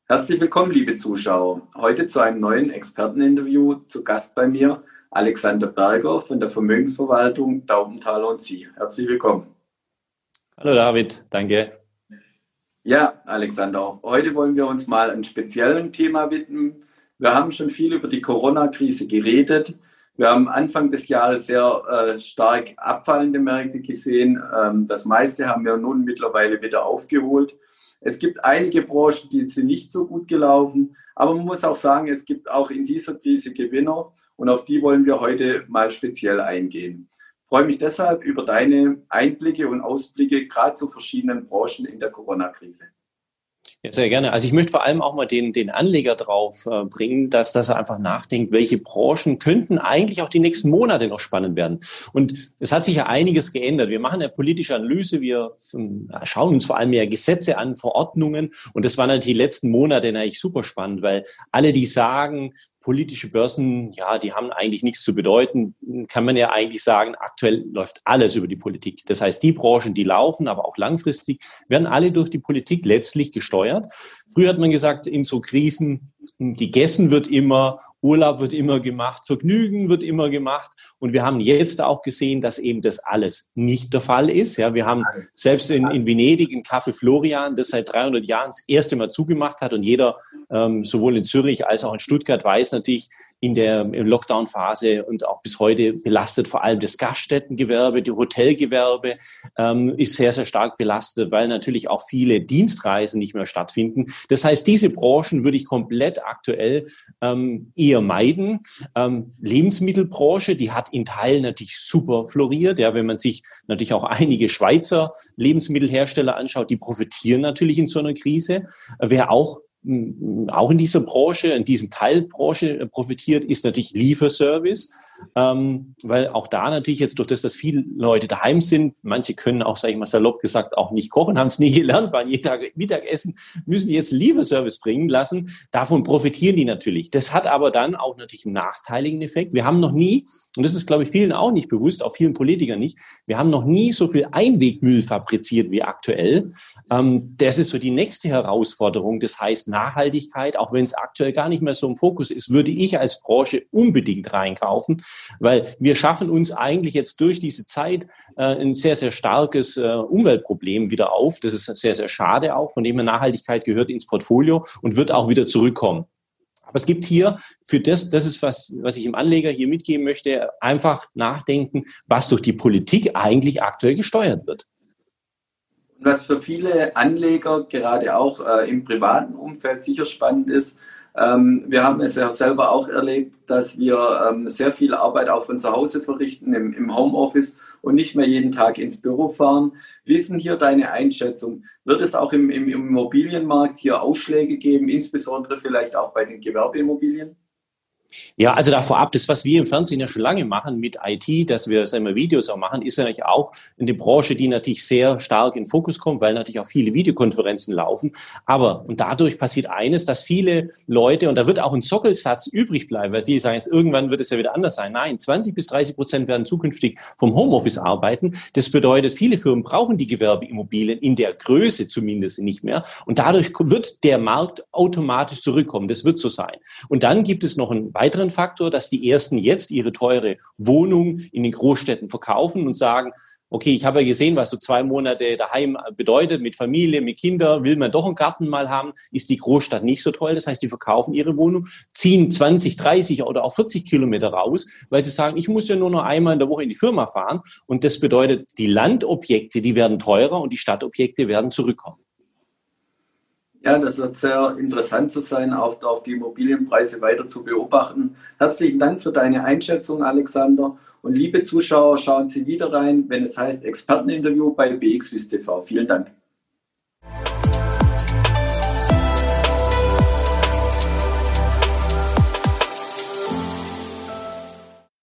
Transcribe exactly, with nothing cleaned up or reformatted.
Herzlich willkommen, liebe Zuschauer. Heute zu einem neuen Experteninterview. Zu Gast bei mir Alexander Berger von der Vermögensverwaltung Daubenthaler und Sie. Herzlich willkommen. Hallo David, danke. Ja, Alexander, heute wollen wir uns mal einem speziellen Thema widmen. Wir haben schon viel über die Corona-Krise geredet. Wir haben Anfang des Jahres sehr äh, stark abfallende Märkte gesehen. Ähm, das meiste haben wir nun mittlerweile wieder aufgeholt. Es gibt einige Branchen, die sind nicht so gut gelaufen, aber man muss auch sagen, es gibt auch in dieser Krise Gewinner und auf die wollen wir heute mal speziell eingehen. Ich freue mich deshalb über deine Einblicke und Ausblicke gerade zu verschiedenen Branchen in der Corona-Krise. Ja, sehr gerne. Also ich möchte vor allem auch mal den, den Anleger drauf äh, bringen, dass, dass er einfach nachdenkt, welche Branchen könnten eigentlich auch die nächsten Monate noch spannend werden. Und es hat sich ja einiges geändert. Wir machen eine politische Analyse, wir ähm, schauen uns vor allem mehr Gesetze an, Verordnungen. Und das waren natürlich die letzten Monate eigentlich super spannend, weil alle, die sagen, politische Börsen, ja, die haben eigentlich nichts zu bedeuten, kann man ja eigentlich sagen, aktuell läuft alles über die Politik. Das heißt, die Branchen, die laufen, aber auch langfristig, werden alle durch die Politik letztlich gesteuert. Früher hat man gesagt, in so Krisen, gegessen wird immer, Urlaub wird immer gemacht, Vergnügen wird immer gemacht. Und wir haben jetzt auch gesehen, dass eben das alles nicht der Fall ist. Ja, wir haben selbst in, in Venedig, in Café Florian, das seit dreihundert Jahren das erste Mal zugemacht hat. Und jeder, ähm, sowohl in Zürich als auch in Stuttgart, weiß natürlich, in der Lockdown-Phase und auch bis heute belastet vor allem das Gaststättengewerbe, die Hotelgewerbe ähm, ist sehr, sehr stark belastet, weil natürlich auch viele Dienstreisen nicht mehr stattfinden. Das heißt, diese Branchen würde ich komplett aktuell ähm, eher meiden. Ähm, Lebensmittelbranche, die hat in Teilen natürlich super floriert. Ja, wenn man sich natürlich auch einige Schweizer Lebensmittelhersteller anschaut, die profitieren natürlich in so einer Krise. Wer auch auch in dieser Branche, in diesem Teilbranche profitiert, ist natürlich Lieferservice, ähm, weil auch da natürlich jetzt durch das, dass viele Leute daheim sind, manche können auch, sage ich mal salopp gesagt, auch nicht kochen, haben es nie gelernt, waren jeden Tag Mittagessen, müssen jetzt Lieferservice bringen lassen. Davon profitieren die natürlich. Das hat aber dann auch natürlich einen nachteiligen Effekt. Wir haben noch nie, und das ist, glaube ich, vielen auch nicht bewusst, auch vielen Politikern nicht, wir haben noch nie so viel Einwegmüll fabriziert wie aktuell. Ähm, das ist so die nächste Herausforderung. Das heißt Nachhaltigkeit, auch wenn es aktuell gar nicht mehr so im Fokus ist, würde ich als Branche unbedingt reinkaufen, weil wir schaffen uns eigentlich jetzt durch diese Zeit äh, ein sehr, sehr starkes äh, Umweltproblem wieder auf. Das ist sehr, sehr schade auch, von dem her Nachhaltigkeit gehört ins Portfolio und wird auch wieder zurückkommen. Aber es gibt hier für das, das ist was, was ich dem Anleger hier mitgeben möchte, einfach nachdenken, was durch die Politik eigentlich aktuell gesteuert wird. Was für viele Anleger, gerade auch äh, im privaten Umfeld, sicher spannend ist, ähm, wir haben es ja selber auch erlebt, dass wir ähm, sehr viel Arbeit auch von zu Hause verrichten, im, im Homeoffice und nicht mehr jeden Tag ins Büro fahren. Wie ist denn hier deine Einschätzung? Wird es auch im, im Immobilienmarkt hier Ausschläge geben, insbesondere vielleicht auch bei den Gewerbeimmobilien? Ja, also da vorab, das, was wir im Fernsehen ja schon lange machen mit I T, dass wir sagen wir, Videos auch machen, ist ja natürlich auch eine Branche, die natürlich sehr stark in den Fokus kommt, weil natürlich auch viele Videokonferenzen laufen. Aber, und dadurch passiert eines, dass viele Leute, und da wird auch ein Sockelsatz übrig bleiben, weil viele sagen, jetzt, irgendwann wird es ja wieder anders sein. Nein, zwanzig bis dreißig Prozent werden zukünftig vom Homeoffice arbeiten. Das bedeutet, viele Firmen brauchen die Gewerbeimmobilien in der Größe zumindest nicht mehr. Und dadurch wird der Markt automatisch zurückkommen. Das wird so sein. Und dann gibt es noch ein weiteren Faktor, dass die Ersten jetzt ihre teure Wohnung in den Großstädten verkaufen und sagen, okay, ich habe ja gesehen, was so zwei Monate daheim bedeutet, mit Familie, mit Kindern, will man doch einen Garten mal haben, ist die Großstadt nicht so toll. Das heißt, die verkaufen ihre Wohnung, ziehen zwanzig, dreißig oder auch vierzig Kilometer raus, weil sie sagen, ich muss ja nur noch einmal in der Woche in die Firma fahren. Und das bedeutet, die Landobjekte, die werden teurer und die Stadtobjekte werden zurückkommen. Ja, das wird sehr interessant zu sein, auch, auch die Immobilienpreise weiter zu beobachten. Herzlichen Dank für deine Einschätzung, Alexander. Und liebe Zuschauer, schauen Sie wieder rein, wenn es heißt Experteninterview bei B X W I S T V. Vielen Dank.